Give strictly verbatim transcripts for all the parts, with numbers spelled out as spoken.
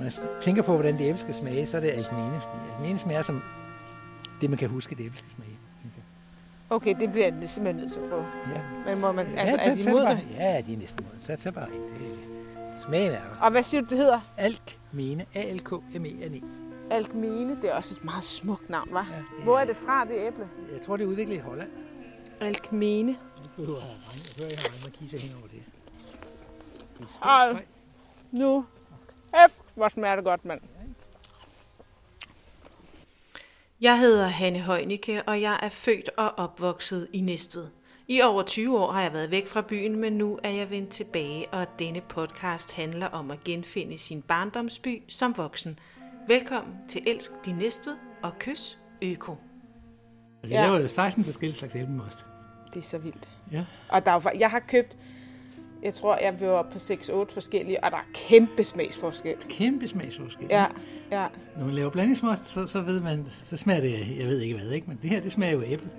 Når jeg tænker på, hvordan det æble skal smage, så er det alkmene. Alkmene smager som det, man kan huske, det æble skal smage. Okay, det bliver jeg simpelthen nødt til at prøve. Ja. Men må man, altså, ja, er de modne? Ja, de er næsten modne. Så tag bare ind. Smagen er der. Og hvad siger du, det hedder? Alkmene. A L K M E N E. Alkmene, det er også et meget smukt navn, hva'? Ja, er... Hvor er det fra, det æble? Jeg tror, det er udviklet i Holland. Alkmene. Jeg behøver at regne. Jeg hører, jeg har regnet og kigge hen over det. Ej, nu. F, hvor smager det godt, mand. Jeg hedder Hanne Heunicke, og jeg er født og opvokset i Næstved. I over tyve år har jeg været væk fra byen, men nu er jeg vendt tilbage, og denne podcast handler om at genfinde sin barndomsby som voksen. Velkommen til Elsk din Næstved og Kys Øko. Jeg laver jo seksten forskellige slags æblemost. Det er så vildt. Ja. Og der er, jeg har købt, jeg tror, jeg var oppe på seks otte forskellige, og der er kæmpe smagsforskel. Kæmpe smagsforskel. Ja, ja. Når man laver blandingsmost, så, så ved man, så smager det, jeg ved ikke hvad, ikke? Men det her, det smager jo æble.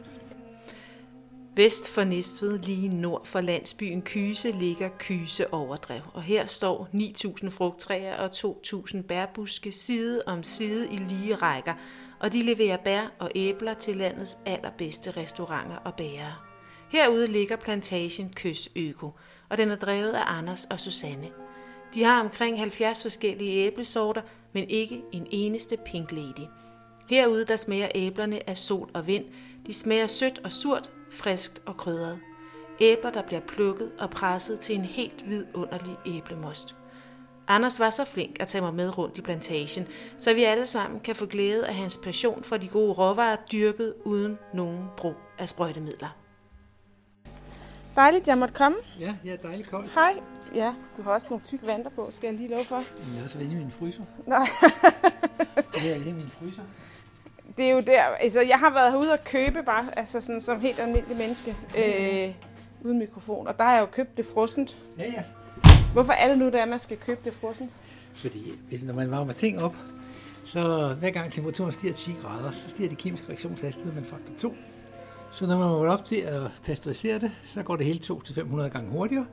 Vest for Næstved, lige nord for landsbyen Kyse, ligger Kyse Overdrev. Og her står ni tusind frugttræer og to tusind bærbuske side om side i lige rækker. Og de leverer bær og æbler til landets allerbedste restauranter og bagere. Herude ligger plantagen Kys Øko, og den er drevet af Anders og Susanne. De har omkring halvfjerds forskellige æblesorter, men ikke en eneste Pink Lady. Herude der smager æblerne af sol og vind. De smager sødt og surt, friskt og krydret. Æbler, der bliver plukket og presset til en helt vidunderlig æblemost. Anders var så flink at tage mig med rundt i plantagen, så vi alle sammen kan få glæde af hans passion for de gode råvarer, dyrket uden nogen brug af sprøjtemidler. Dejligt, jeg måtte komme. Ja, ja, dejligt koldt. Hej. Ja, du har også nogle tykke vanter på, skal jeg lige love for. Jeg har også været i min fryser. Nej. Det er lige min fryser. Det er jo der, altså jeg har været herude og købe bare, altså sådan som helt almindelig menneske, øh, uden mikrofon, og der har jeg jo købt det frossent. Ja, ja. Hvorfor er det nu, der man skal købe det frossent? Fordi hvis, når man varmer ting op, så hver gang temperaturen stiger ti grader, så stiger det kemiske reaktionshastighed med faktor to. Så når man går op til at pasteurisere det, så går det hele to til fem hundrede gange hurtigere.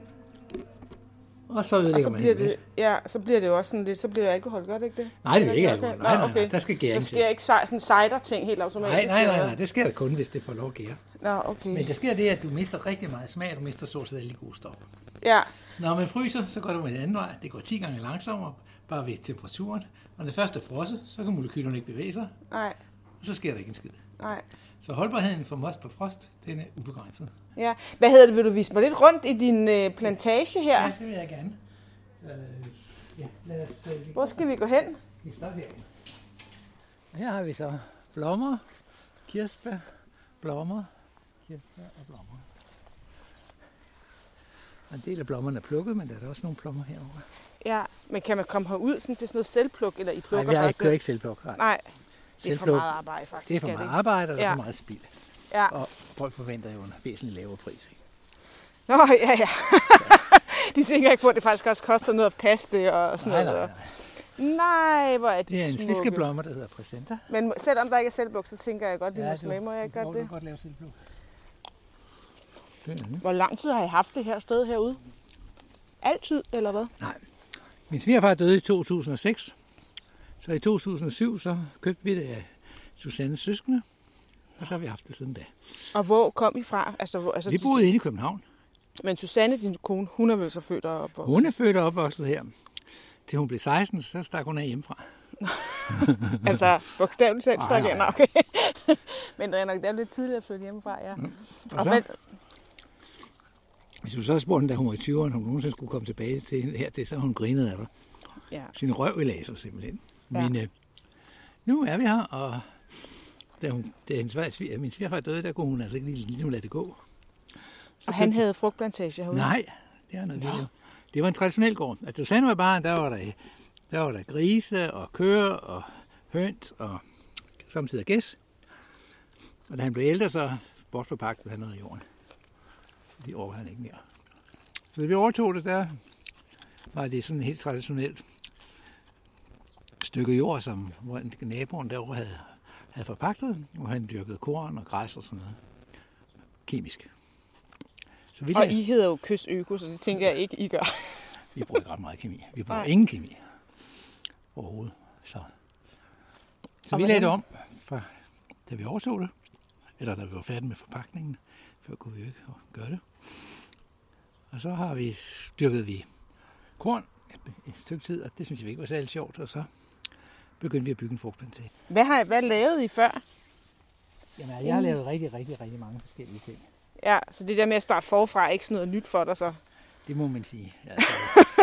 Og så ødelægger og så man bliver helt det, ja, så bliver det jo også sådan lidt, så bliver det alkohol, gør det ikke det? Nej, det er ikke alkohol. Nej, nej, okay. nej, der skal gæring til. Der sker ikke sådan cider-ting helt automatisk? Nej, nej, nej, nej, det sker der kun, hvis det får lov at gære. Nå, okay. Men der sker det, at du mister rigtig meget smag, og du mister stort set alle de gode stoffer. Ja. Når man fryser, så går det med den anden vej. Det går ti gange langsommere, bare ved temperaturen. Og når det først er frosset, så kan molekylerne ikke bevæge sig. Nej. Og så sker der ikke en skid. Nej. Så holdbarheden for most på frost, den er ubegrænset. Ja. Hvad hedder det? Vil du vise mig lidt rundt i din øh, plantage her? Ja, det vil jeg gerne. Øh, ja, lad os, øh, Hvor skal vi gå hen? Vi starter her. Her har vi så blommer, kirsebær, blommer, kirsebær og blommer. Og en del af blommerne er plukket, men der er også nogle blommer herovre. Ja, men kan man komme herud sådan til sådan noget selvpluk, eller I plukker? Nej, jeg kører ikke selvpluk. Nej. Nej, det er for meget arbejde faktisk. Det er for meget arbejde, og det er ja. for meget spild. Ja. Og folk forventer jo en væsentlig lavere pris. Ikke? Nå, ja, ja. De tænker ikke på, at det faktisk også koster noget at passe det og sådan nej, noget. Nej, nej. Nej, hvor er de Det er en smukke. sliskeblommer, der hedder Presenta. Men selvom der ikke er selvpluk, så tænker jeg godt, at det ja, må smage. Må jeg ikke godt det? Du godt lave selvpluk. Hvor lang tid har I haft det her sted herude? Altid, eller hvad? Nej. Min svigerfar døde i to tusind og seks. Så i to tusind og syv, så købte vi det af Susannes søskende. Og så har vi haft det siden da. Og hvor kom I fra? Altså, hvor, altså, vi boede inde i København. Men Susanne, din kone, hun er vel så født og opvokset? Hun er født og opvokset her. Til hun blev seksten, så stak hun af hjemmefra. Altså, bogstaveligt talt stak jeg. Okay. Men det er nok det er lidt tidligt at flytte hjemmefra, ja. Mm. Og, og så, men... hvis du så spurgte, da hun var i tyverne, om hun nogensinde skulle komme tilbage til, hertil, så hun grinede af dig. Ja. Sin røv i laser simpelthen. Ja. Men øh, nu er vi her, og da, hun, da hendes, min svigerfar døde, der kunne hun altså ikke lige ligesom lade det gå. Så og han havde frugtplantage herude? Nej, det er noget ja. Det var en traditionel gård. At du sagde, var bare, der var der, der var der grise og køer og høns og samtidig gæs. Og da han blev ældre, så bortforpagtede han noget i jorden. De overhøjede han ikke mere. Så da vi overtog det, der var det sådan et helt traditionelt stykke jord, som hvor naboen derovre havde, havde forpagtet, hvor han dyrkede korn og græs og sådan noget. Kemisk. Så vi og I hedder jo Kys Øko, så det tænker jeg ikke, I gør. Vi bruger ikke ret meget kemi. Vi bruger Nej. ingen kemi. overhovedet. Så, så vi lagde det om, fra, da vi overtog det, eller da vi var færdige med forpakningen, før kunne vi ikke gøre det. Og så har vi dyrket vi korn et stykke tid, og det synes jeg ikke var særlig sjovt, og så begyndte vi at bygge en frugtplantage. Hvad har hvad lavede I før? Jamen, jeg har lavet rigtig, rigtig, rigtig mange forskellige ting. Ja, så det der med at starte forfra er ikke sådan noget nyt for dig så? Det må man sige. Altså,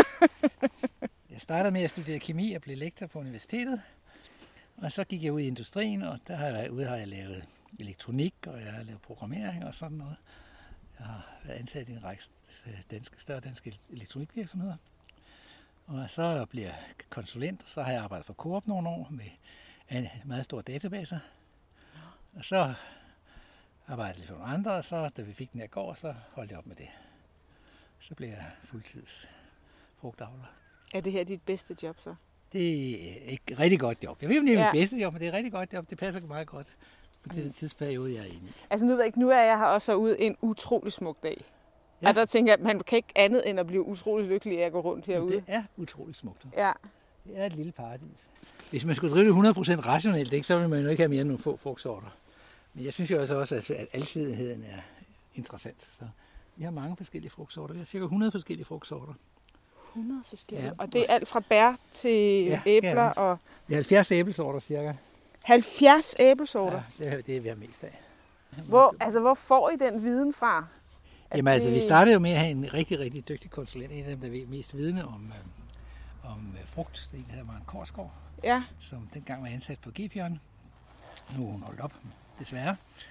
jeg startede med at studere kemi og blev lektor på universitetet, og så gik jeg ud i industrien, og der har jeg, ude har jeg lavet elektronik, og jeg har lavet programmering og sådan noget. Jeg har været ansat i en række danske, større danske elektronikvirksomheder. Og så blev jeg konsulent, og så har jeg arbejdet for Coop nogle år med en meget stor databaser. Og så arbejdede jeg for nogle andre, og så da vi fik den her gård, så holdt jeg op med det. Så blev jeg fuldtids frugtavler. Er det her dit bedste job så? Det er et rigtig godt job. Jeg ved ikke, om det er Ja. mit bedste job, men det er et rigtig godt job. Det passer meget godt på den tidsperiode, jeg er inde i. Altså nu ved jeg ikke, nu er jeg her også ude en utrolig smuk dag. Ja. Og der tænker jeg, at man kan ikke andet end at blive utrolig lykkelig af at gå rundt herude. Det er utrolig smukt. Ja. Det er et lille paradis. Hvis man skulle drive det hundrede procent rationelt, ikke, så ville man jo ikke have mere end nogle få frugtsorter. Men jeg synes jo altså også, at alsidigheden er interessant. Så vi har mange forskellige frugtsorter. Vi har cirka hundrede forskellige frugtsorter. hundrede forskellige. Ja. Og det er alt fra bær til Ja, æbler ja. og Vi har halvfjerds æblesorter cirka. halvfjerds æblesorter. Ja, det er det, vi har mest af. Hvor, altså, hvor får I den viden fra? At Jamen altså, det- vi startede jo med at have en rigtig, rigtig dygtig konsulent. En af dem, der ved mest vidne om, øh, om øh, frugt. Det hedder Maren Korsgaard, Ja, som dengang var ansat på G-Fjørn. Nu er hun holdt op, desværre.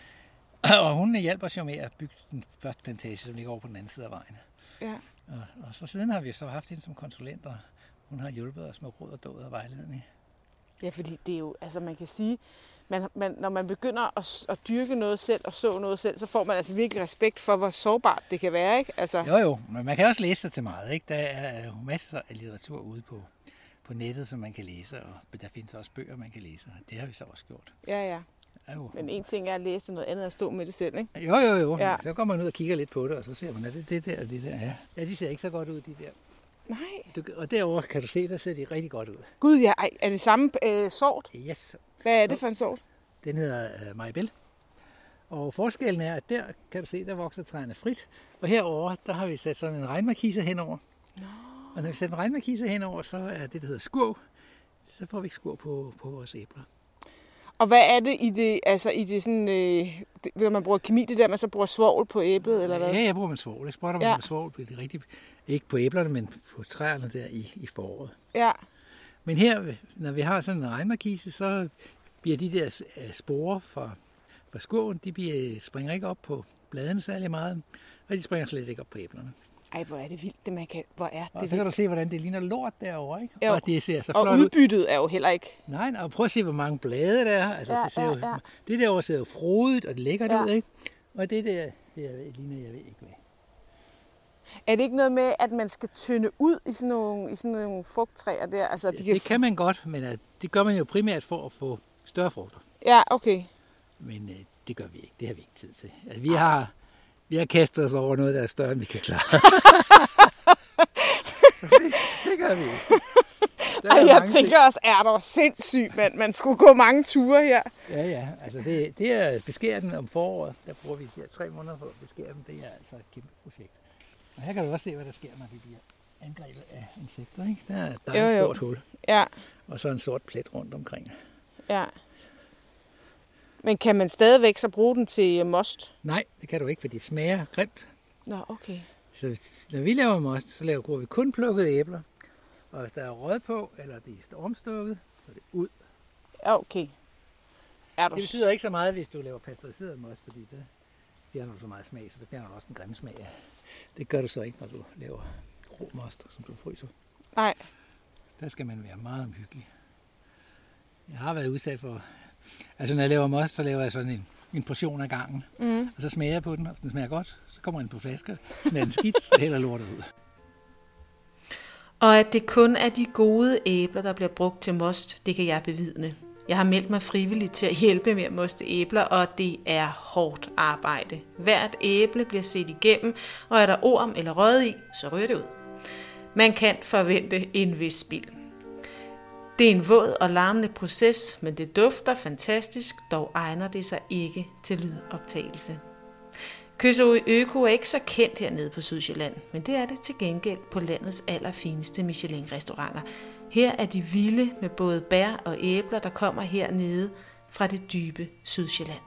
Og hun hjalp os jo med at bygge den første plantage, som ligger over på den anden side af vejen. ja. Og, og så siden har vi så haft hende som konsulent, og hun har hjulpet os med råd og dåd og vejledning. Ja, fordi det er jo, altså man kan sige, man, man, når man begynder at, at dyrke noget selv og så noget selv, så får man altså virkelig respekt for, hvor sårbart det kan være, ikke? Altså, Jo jo, men man kan også læse sig til meget, ikke? Der er jo masser af litteratur ude på, på nettet, som man kan læse, og der findes også bøger, man kan læse. Det har vi så også gjort. ja, ja. Jo. Men en ting er at læse det, noget andet er at stå med det selv, ikke? Jo, jo, jo. Ja. Ja. Så går man ud og kigger lidt på det, og så ser man, at det, det der og det der. Ja. ja, de ser ikke så godt ud, de der. Nej. Du, og derovre kan du se, der ser de rigtig godt ud. Gud, ja, ej, er det samme øh, sort? Yes, Hvad er det for en sort? den hedder uh, Maribel. Og forskellen er, at der kan du se, der vokser træerne frit. Og herover der har vi sat sådan en regnmarkise henover. Nå. Og når vi sætter en regnmarkise henover, så er det, der hedder skurv. Så får vi ikke skurv på, på vores æbler. Og hvad er det i det, altså i det sådan, øh, det, når man bruger kemi, det der, man så bruger svovl på æblet, eller hvad? Ja, jeg bruger med svovl. Jeg spotter Ja. ja. med svovl. Det er rigtig, ikke på æblerne, men på træerne der i, i foråret. Ja, Men her, når vi har sådan en regnmarkise, så bliver de der sporer fra, fra skurven, de bliver, springer ikke op på bladene særlig meget, og de springer slet ikke op på æblerne. ej, hvor er det vildt, det man kan, hvor er Og det så kan vildt. du se, hvordan det ligner lort derovre, ikke? Jo. Og det ser så Og flot ud. udbyttet er jo heller ikke. Nej, nej, og prøv at se, hvor mange blade der er. Altså, Ja, det, ser ja, jo, ja. det derovre ser jo frodigt og lækkert Ja. ud, ikke? Og det der, det er, ligner, jeg ved ikke hvad. Er det ikke noget med, at man skal tynde ud i sådan nogle, i sådan nogle frugttræer der? Altså, de kan... Det kan man godt, men uh, det gør man jo primært for at få større frugter. Ja, okay. Men uh, det gør vi ikke. Det har vi ikke tid til. Altså, vi, har, vi har kastet os over noget, der er større, end vi kan klare. det, det gør vi ikke. Der er Ej, jeg mange tænker også, er der sindssygt, mand. Man skulle gå mange ture her. ting. Ja, ja. Altså, det, det er beskære den om foråret. Der bruger vi cirka tre måneder på at beskære dem. Det er altså et kæmpe projekt. Og her kan du også se, hvad der sker, når de bliver angrebet af insekter. Ikke? Der, er- der er Jo, et jo. stort hul, Ja, og så en sort plet rundt omkring. ja. Men kan man stadigvæk så bruge den til most? Nej, det kan du ikke, for de smager grimt. Nå, okay. Så hvis- når vi laver most, så laver bruger vi kun plukkede æbler. Og hvis der er rød på, eller de er stormstukket, så er det ud. Ja, okay. Er du... Det betyder ikke så meget, hvis du laver pasteuriseret most, fordi det fjerner du så meget smag, så det fjerner du også en grimme smag af. Det gør du så ikke, når du laver rå most, som du fryser. Nej. Der skal man være meget omhyggelig. Jeg har været udsat for... Altså når jeg laver most, så laver jeg sådan en, en portion af gangen. Mm. Og så smager jeg på den, og hvis den smager godt, så kommer den på flasker. Smager den skidt, så hælder lortet ud. Og at det kun er de gode æbler, der bliver brugt til most, det kan jeg bevidne. Jeg har meldt mig frivilligt til at hjælpe med at moste æbler, og det er hårdt arbejde. Hvert æble bliver set igennem, og er der orm eller rød i, så ryger det ud. Man kan forvente en vis spild. Det er en våd og larmende proces, men det dufter fantastisk, dog egner det sig ikke til lydoptagelse. Kysse Øko er ikke så kendt hernede på Sydsjælland, men det er det til gengæld på landets allerfineste Michelin-restauranter. Her er de vilde med både bær og æbler, der kommer hernede fra det dybe Sydsjælland.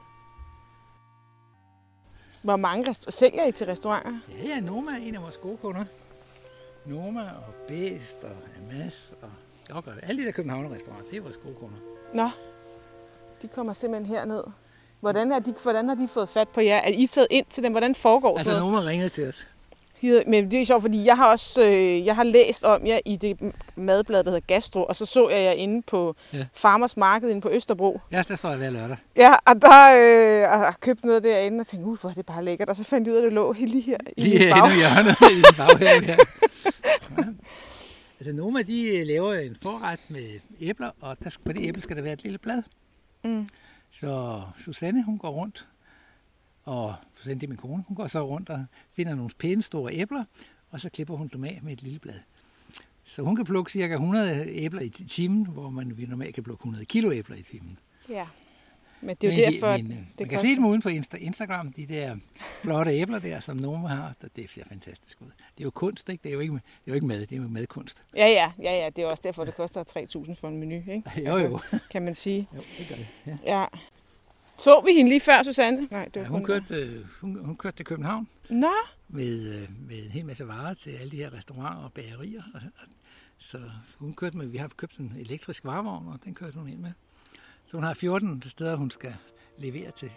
Hvor mange rest- sælger I til restauranter? Ja, ja, Noma er en af vores gode kunder. Noma og Best og Amas og okay, alle de der Københavner-restauranter, det er vores gode kunder. Nå, de kommer simpelthen herned. Hvordan, er de, hvordan har de fået fat på jer? Er I taget ind til dem? Hvordan foregår altså, sådan noget? Noma ringede til os. Men det er sjovt, fordi jeg har også øh, jeg har læst om jer i det madblad, der hedder Gastro, og så så jeg jer inde på ja. Farmers Market inde på Østerbro. Ja, der står jeg hver lørdag. Ja, og der øh, jeg har købt noget derinde og tænkte, uh, hvor er det bare lækkert. Og så fandt jeg ud af, at det lå lige her lige i bag. Lige i hjørnet i den baghave her. Ja. Altså Noma, de laver en forret med æbler, og der, på det æble skal der være et lille blad. Mm. Så Susanne, hun går rundt, og Susanne, det er min kone, hun går så rundt og finder nogle pæne store æbler, og så klipper hun dem af med et lille blad. Så hun kan plukke cirka hundrede æbler i timen, hvor man normalt kan plukke hundrede kilo æbler i timen. Ja, men det er jo men, derfor, men, det Man koster. kan se dem uden på Insta- Instagram, de der flotte æbler der, som Noma har, det ser fantastisk ud. Det er jo kunst, ikke? Det er jo ikke, det er jo ikke mad, det er jo madkunst. Ja, ja, ja, ja, det er også derfor, det koster tre tusind for en menu, ikke? Jo, jo. Altså, kan man sige. Jo, det gør det, ja. Ja. Så vi hende lige før, Susanne? Nej, det var ja, hun, kørte, øh, hun, hun kørte til København. Nå. Med, øh, med en hel masse varer til alle de her restauranter og bagerier. Og, og, så hun kørte med, vi har købt en elektrisk varevogn, og den kørte hun ind med. Så hun har fjorten steder, hun skal levere til.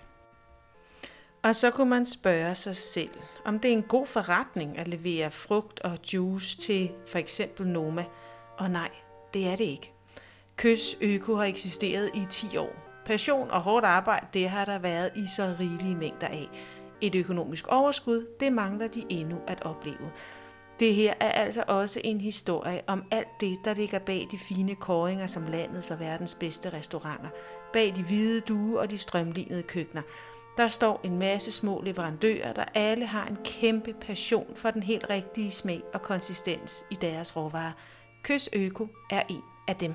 Og så kunne man spørge sig selv, om det er en god forretning at levere frugt og juice til for eksempel Noma. Og nej, det er det ikke. Kys Øko har eksisteret i ti år. Passion og hårdt arbejde, det har der været i så rigelige mængder af. Et økonomisk overskud, det mangler de endnu at opleve. Det her er altså også en historie om alt det, der ligger bag de fine kåringer som landets og verdens bedste restauranter. Bag de hvide duer og de strømlinede køkkener. Der står en masse små leverandører, der alle har en kæmpe passion for den helt rigtige smag og konsistens i deres råvarer. Kys Øko er en af dem.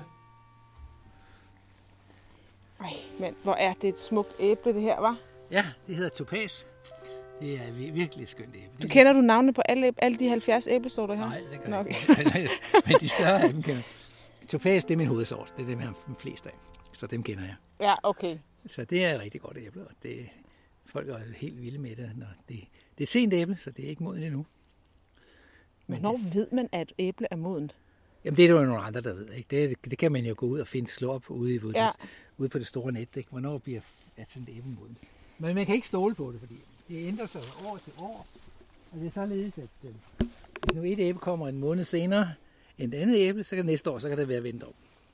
Ej, men hvor er det et smukt æble, det her, var? Ja, det hedder Topaz. Det er virkelig et skønt æble. Du kender du navnene på alle, alle de halvfjerds æblesorter her? Nej, det gør Nå, jeg okay. ikke. Men de større af dem kender Topaz, det er min hovedsort. Det er dem, jeg har flest af. Så dem kender jeg. Ja, okay. Så det er et rigtig godt æble, og det, folk er også helt vilde med det. Når det. Det er et sent æble, så det er ikke moden endnu. Men hvornår ved man, at et æble er modent? Jamen, det er der jo nogle andre, der ved. Ikke? Det, det kan man jo gå ud og finde, slå op ude, ude, ja. ude på det store net. Ikke? Hvornår bliver at sådan et æble moden? Men man kan ikke stole på det, fordi det ændrer sig år til år. Og det er således, at øh, hvis nu et æble kommer en måned senere end et andet æble, så kan næste år, så kan det være vendt om.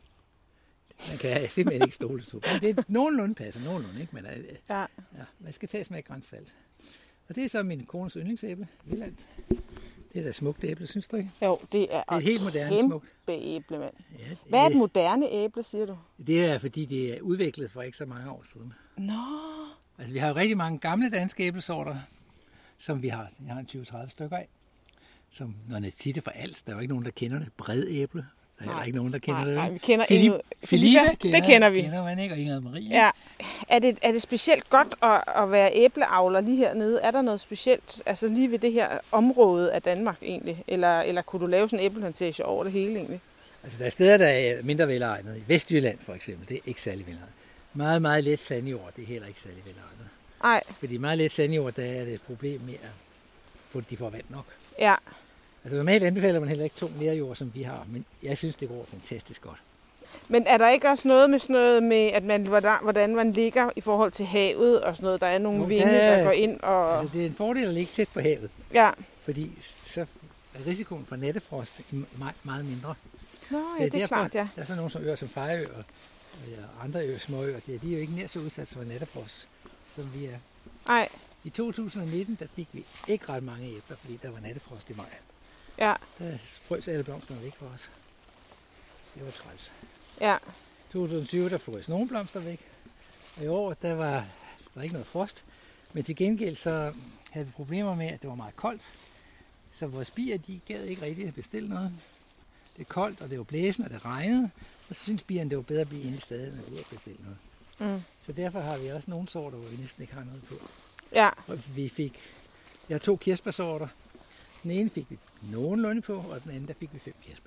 Man kan simpelthen ikke stole på det. Det er nogenlunde passer, nogenlunde, ikke? Men, øh, ja. Ja, man skal tages med grænsalt. Og det er så min kones yndlingsæble, Villand. Det er da et smukt æble, synes du ikke? Jo, det er, det er et helt moderne smukt æble, mand. Ja, det, Hvad er et moderne æble, siger du? Det er, fordi det er udviklet for ikke så mange år siden. Nå. Altså, vi har jo rigtig mange gamle danske æblesorter, som vi har. Jeg har en tyve til tredive stykker af. Som, når man siger det for Als, der er jo ikke nogen, der kender det. Bred æble. Der er nej, ikke nogen, der kender nej, det. Nej, vi kender Filip, Ingrid. Filippe, kender, det kender vi. Kender man ikke, og Ingrid Marie. Ja. Er det, er det specielt godt at, at være æbleavler lige hernede? Er der noget specielt, altså lige ved det her område af Danmark egentlig? Eller, eller kunne du lave sådan en æbleplantage over det hele egentlig? Altså, der er steder, der er mindre velegnet. I Vestjylland for eksempel, det er ikke særlig velegnet. Meget, meget let sandjord, det er heller ikke særlig velegnet. Nej. Fordi meget let sandjord, der er det et problem med at få, de får vand nok. Ja. Altså normalt anbefaler man heller ikke tung lerjord, som vi har, men jeg synes, det går fantastisk godt. Men er der ikke også noget med sådan noget med, at man, hvordan man ligger i forhold til havet og sådan noget? Der er nogle Nå, vinde, der, der går ind og... Altså, det er en fordel at ligge tæt på havet. Ja. Fordi så er risikoen for nattefrost meget, meget mindre. Nå, ja, det er, det er derfor, klart, ja. Der er sådan nogle som øer som Fejø og andre øer, små øer, de er jo ikke nær så udsat for nattefrost, som vi er. Nej. I to tusind nitten, der fik vi ikke ret mange æbler, fordi der var nattefrost i maj. Ja. Der frøs alle blomsterne væk for os. Det var træls. Ja. to tusind tyve, der frøs nogle blomster væk. Og i år, der var der var ikke noget frost. Men til gengæld, så havde vi problemer med, at det var meget koldt. Så vores bier, de gad ikke rigtig at bestille noget. det er koldt, og det var blæsende, og det regnede. Og så synes bierne, det var bedre at blive inde i stedet, end at ud og bestille noget. Mm. Så derfor har vi også nogle sorter, hvor vi næsten ikke har noget på. Ja. Og vi fik, jeg har to kirsebærsorter. Den ene fik vi nogenlunde på, og den anden, der fik vi fem kirsebær.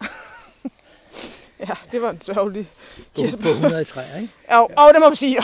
Ja, det var en sørgelig kirsebær. På hundrede træer, ikke? Jo, ja. Og det må man sige. Det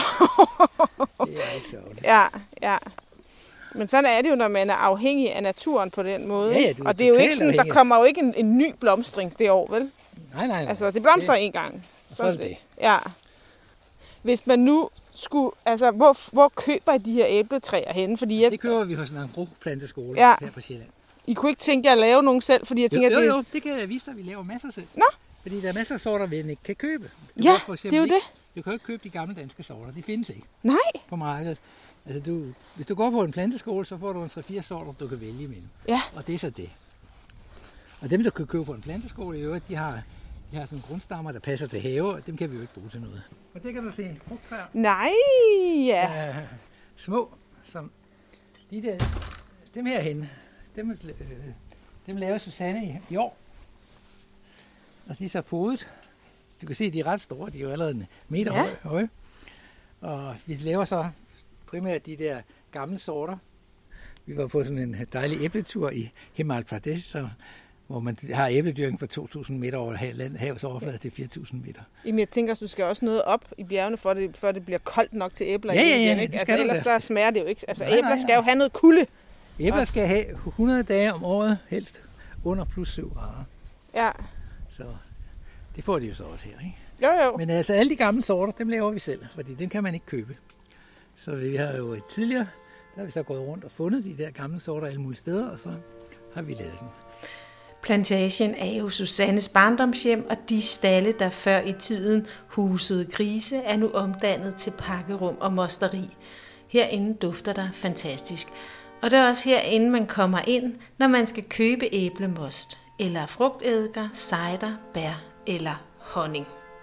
er ikke sørgeligt. Ja, ja. Men sådan er det jo, når man er afhængig af naturen på den måde. Ja, ja, og det er jo ikke sådan, der kommer jo ikke en, en ny blomstring det år, vel? Nej, nej, nej. Altså, det blomstrer det, en gang. Sådan det. det. Ja. Hvis man nu skulle, altså, hvor, hvor køber I de her æbletræer henne? Fordi jeg... Det køber vi hos en agroplanteskole ja. her på Sjælland. I kunne ikke tænke jer at lave nogen selv, fordi jeg tænker, jo, jo, det... jo, det kan jeg vise dig, vi laver masser selv. Nå. Fordi der er masser af sorter, vi ikke kan købe. Du ja, for det er jo ikke, det. Du kan jo ikke købe de gamle danske sorter, de findes ikke. Nej. På markedet. Altså, du, hvis du går på en planteskole, så får du en tre fire sorter, du kan vælge imellem. Ja. Og det er så det. Og dem, der kan købe på en planteskole, i øvrigt, de har, de har sådan nogle grundstammer, der passer til have, og dem kan vi jo ikke bruge til noget. Og det kan du se, frugttræer. Nej, ja. Øh, små, som de der, dem herhenne, dem, øh, dem laver Susanne i, i år. Og de er så podet. Du kan se, at de er ret store, de er jo allerede en meter ja. høje. Og vi laver så primært de der gamle sorter. Vi var på sådan en dejlig æbletur i Himachal Pradesh, så, hvor man har æbledyrking fra to tusind meter over havets overflade til fire tusind meter. Jamen, jeg tænker, at du skal også noget op i bjergene, for det, før det bliver koldt nok til æbler. Ja, ja, ja, igen, ikke? Altså, ellers så smager det jo ikke. Altså, nej, æbler nej, nej. skal jo have noget kulde. Æbler skal have hundrede dage om året, helst under plus syv grader. Ja. Så det får de jo så også her, ikke? Jo, jo. Men altså, alle de gamle sorter, dem laver vi selv, fordi dem kan man ikke købe. Så vi har jo tidligere, der har vi så gået rundt og fundet de der gamle sorter alle mulige steder, og så har vi lavet dem. Plantagen er jo Susannes barndomshjem, og de stalle, der før i tiden husede grise, er nu omdannet til pakkerum og mosteri. Herinde dufter der fantastisk. Og det er også herinde, man kommer ind, når man skal købe æblemost, eller frugtædker, cider, bær eller honning.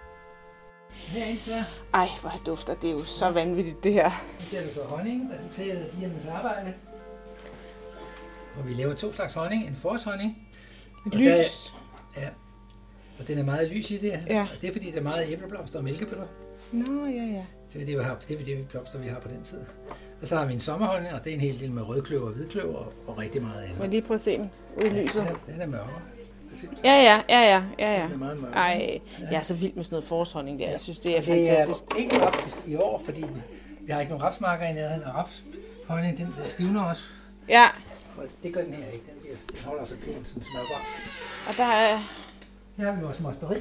Ej, hvor dufter det er jo så vanvittigt, det her. Nu ser du så honning, resultatet af biernes arbejde. Og vi laver to slags honning. En forårshonning. Lys. Der, ja, og den er meget lys i det. Ja. Og det er fordi, der er meget æbleblomster og mælkebøtter. Nå, ja, ja. Det er det, vi har, det er det blomster, vi har på den side. Og så har vi en sommerhonning, og det er en hel del med rødkløver og hvidkløver og, og rigtig meget andet. Men lige prøve at se den ude i lyset. Ja, den, er, den er mørkere. Ja, ja, ja, ja, ja, ja. Den er meget mørkere. Ej, jeg er så vild med sådan noget forårshonning der. Jeg synes, det er det fantastisk. Det er ikke raps i år, fordi vi, vi har ikke nogen rapsmarker i nærheden, og rapshonning, den stivner også. Ja. Og det gør den her ikke. Den, bliver, den holder sig pænt, sådan smørbar. Og der er... Her har vi vores mosteri.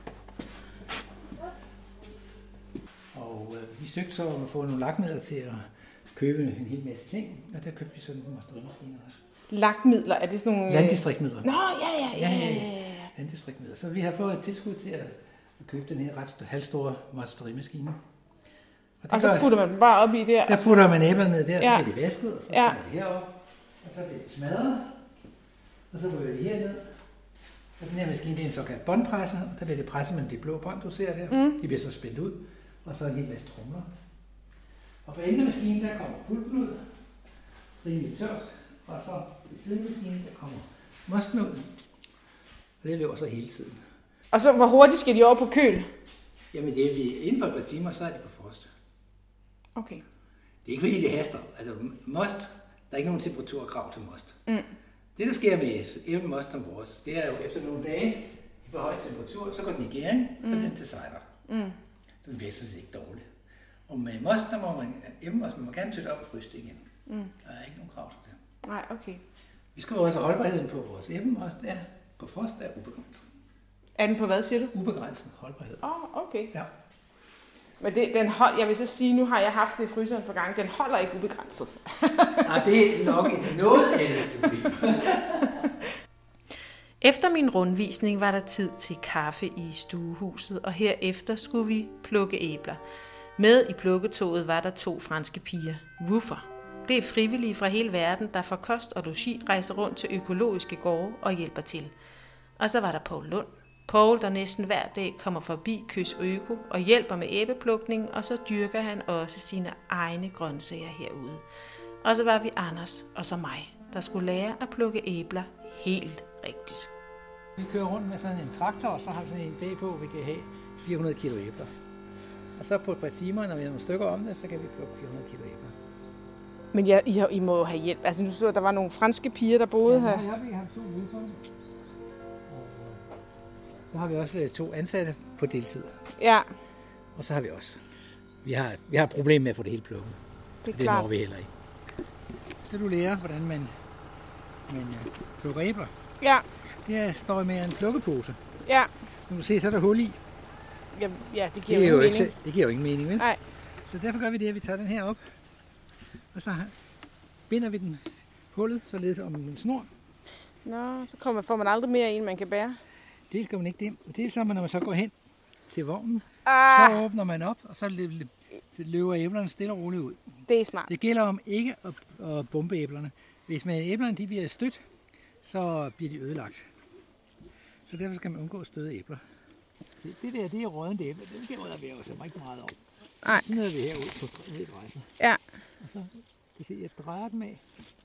Og øh, vi søgte så om at få nogle lakmidler til at købe en hel masse ting, og der købte vi sådan en mosterimaskine også. Lakmidler, er det sådan nogle... Landdistriktmidler. Nå, ja, ja, ja, ja, ja. Landdistriktmidler. Så vi har fået et tilskud til at købe den her ret halvstore mosterimaskine. Og, og så putter man dem bare op i der? Der putter man æblerne ned der, ja. så bliver de vasket, og så ja. putter de herop, og så bliver de smadret, og så ryger de herned. Og den her maskine, det er en såkaldt båndpresser, og der bliver det presset mellem de blå bånd, du ser der. Mm. De bliver så spændt ud, og så en hel masse tromler. Og for enden af maskinen, der kommer pulpen ud, rimelig tørt, og så ved siden af maskinen, der kommer mosken ud, og det løber så hele tiden. Og så hvor hurtigt skal de over på køl? Jamen det er vi, inden for et par timer, så er det på frost. Okay. Det er ikke fordi, det haster. Altså most, der er ikke nogen temperaturkrav til most. Mm. Det, der sker med æblemost som vores, det er jo efter nogle dage i for høj temperatur, så går den i gæring, mm. så bliver den til cider. Mm. Så den vækster sig ikke dårligt. Og med most, der må man, æblemost, man må gerne tøtte op og fryse det igen. Mm. Der er ikke nogen krav til det. Nej, okay. Vi skal også holdbarheden på vores æblemost, er på frost, der er ubegrænset. Er den på hvad, siger du? Ubegrænset holdbarhed. Åh, oh, okay. Ja. Men det, den hold, jeg vil så sige, nu har jeg haft det i fryseren på gang, den holder ikke ubegrænset. Nej, det er nok noget af det problem. Efter min rundvisning var der tid til kaffe i stuehuset, og herefter skulle vi plukke æbler. Med i plukketoget var der to franske piger, Woofer. Det er frivillige fra hele verden, der for kost og logi rejser rundt til økologiske gårde og hjælper til. Og så var der Poul Lund. Poul, der næsten hver dag kommer forbi Kys Øko og hjælper med æbleplukningen, og så dyrker han også sine egne grøntsager herude. Og så var vi Anders og så mig, der skulle lære at plukke æbler helt rigtigt. Vi kører rundt med sådan en traktor, og så har vi sådan en bagpå, vi kan have fire hundrede kilo æbler. Og så på et par timer, når vi har nogle stykker om det, så kan vi plukke fire hundrede kilo æbler. Men ja, I, har, I må jo have hjælp. Altså nu stod der, der var nogle franske piger, der boede ja, her. Ja, vi har to ude på dem. Så har vi også to ansatte på deltid. Ja. Og så har vi også. Vi har, vi har et problem med at få det hele plukket. Det er det klart. når vi heller ikke. Så du lærer, hvordan man, man plukker æbler. Ja. Der står med en plukkepose. Ja. Som du ser, så er der hul i. Ja, ja det giver det jo jo ingen mening. Ikke, det giver jo ingen mening, vel? Nej. Så derfor gør vi det, at vi tager den her op. Og så binder vi den hullet, således om en snor. Nå, så kommer, får man aldrig mere en, man kan bære. Det skal man ikke det. Det er så, når man så går hen til vognen. Ah. Så åbner man op, og så løber æblerne stille og roligt ud. Det er smart. Det gælder om ikke at, at bombe æblerne. Hvis man æblerne de bliver stødt, så bliver de ødelagt. Så derfor skal man undgå at støde æbler. Det, det der, det er rådende æbler. Det gælder vi også rigtig meget over. Nej. Så nede vi herud på græsset. Ja. Og så kan I se, jeg drejer dem af.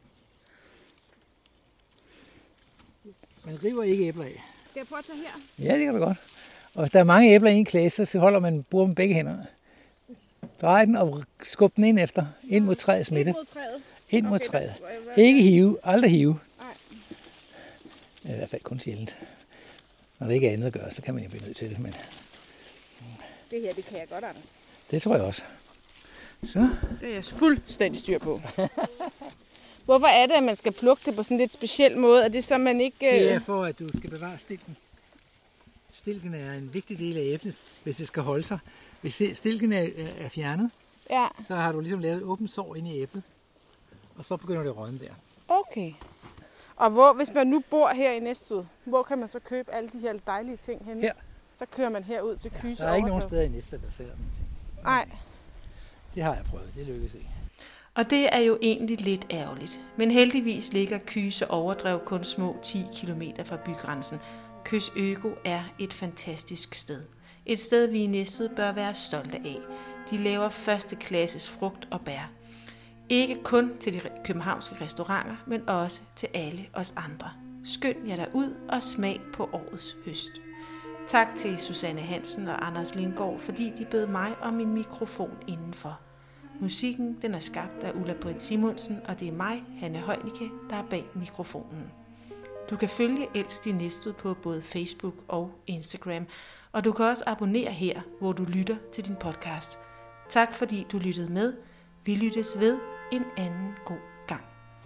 Man river ikke æbler af. Skal jeg prøve at tage her? Ja, det kan du godt. Og hvis der er mange æbler i en klasse, så holder man bruger dem begge hænder. Drej den og skub den ind efter. Ind mod træets midte. Ind mod træet? Ind mod Okay, træet. der- Ikke hive. Aldrig hive. Nej. I hvert fald kun sjældent. Når det ikke er andet at gøre, så kan man jo blive nødt til det. Men Det her, det kan jeg godt, Anders. det tror jeg også. Så. Det er jeg fuldstændig styr på. Hvorfor er det, at man skal plukke det på sådan en lidt speciel måde? Er det så, man ikke... Det er for, at du skal bevare stilken. Stilken er en vigtig del af æblet, hvis det skal holde sig. Hvis stilken er, er fjernet, Ja. så har du ligesom lavet et åbent sår inde i æblet. Og så begynder det at rådne der. Okay. Og hvor, hvis man nu bor her i Næstved, hvor kan man så købe alle de her dejlige ting henne? Her. Så kører man herud til Kyse. Der er ikke nogen steder i Næstved, der sælger dem ting. Nej. Det har jeg prøvet. Det lykkedes ikke. Og det er jo egentlig lidt ærgerligt. Men heldigvis ligger Kyse Overdrev kun små ti kilometer fra bygrænsen. Kys Øko er et fantastisk sted. Et sted, vi i Næstved bør være stolte af. De laver første klasses frugt og bær. Ikke kun til de københavnske restauranter, men også til alle os andre. Skynd jer derud og smag på årets høst. Tak til Susanne Hansen og Anders Lindgaard, fordi de bød mig og min mikrofon indenfor. Musikken den er skabt af Ulla Britt Simonsen, og det er mig, Hanne Højnicke, der er bag mikrofonen. Du kan følge Elst i Næstved på både Facebook og Instagram, og du kan også abonnere her, hvor du lytter til din podcast. Tak fordi du lyttede med. Vi lyttes ved en anden god gang.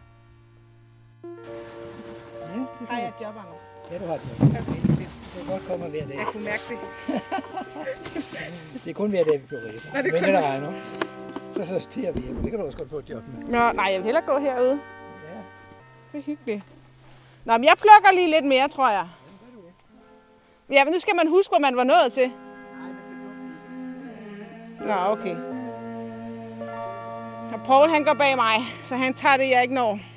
Ja, det Har jeg et job, Anders? Ja, du har et job. Okay. Det kan godt komme hver dag. Jeg kunne mærke det. Det er kun hver dag, vi plukker æbler. Nå, det Men kun- det der regner. Så sorterer vi æbler. Det kan du også godt få et job med. Nå, nej, jeg vil hellere gå herude. Ja. Det er hyggeligt. Nå, men jeg plukker lige lidt mere, tror jeg. Ja, men nu skal man huske, hvor man var nået til. Nå, okay. Og Paul, han går bag mig, så han tager det, jeg ikke når.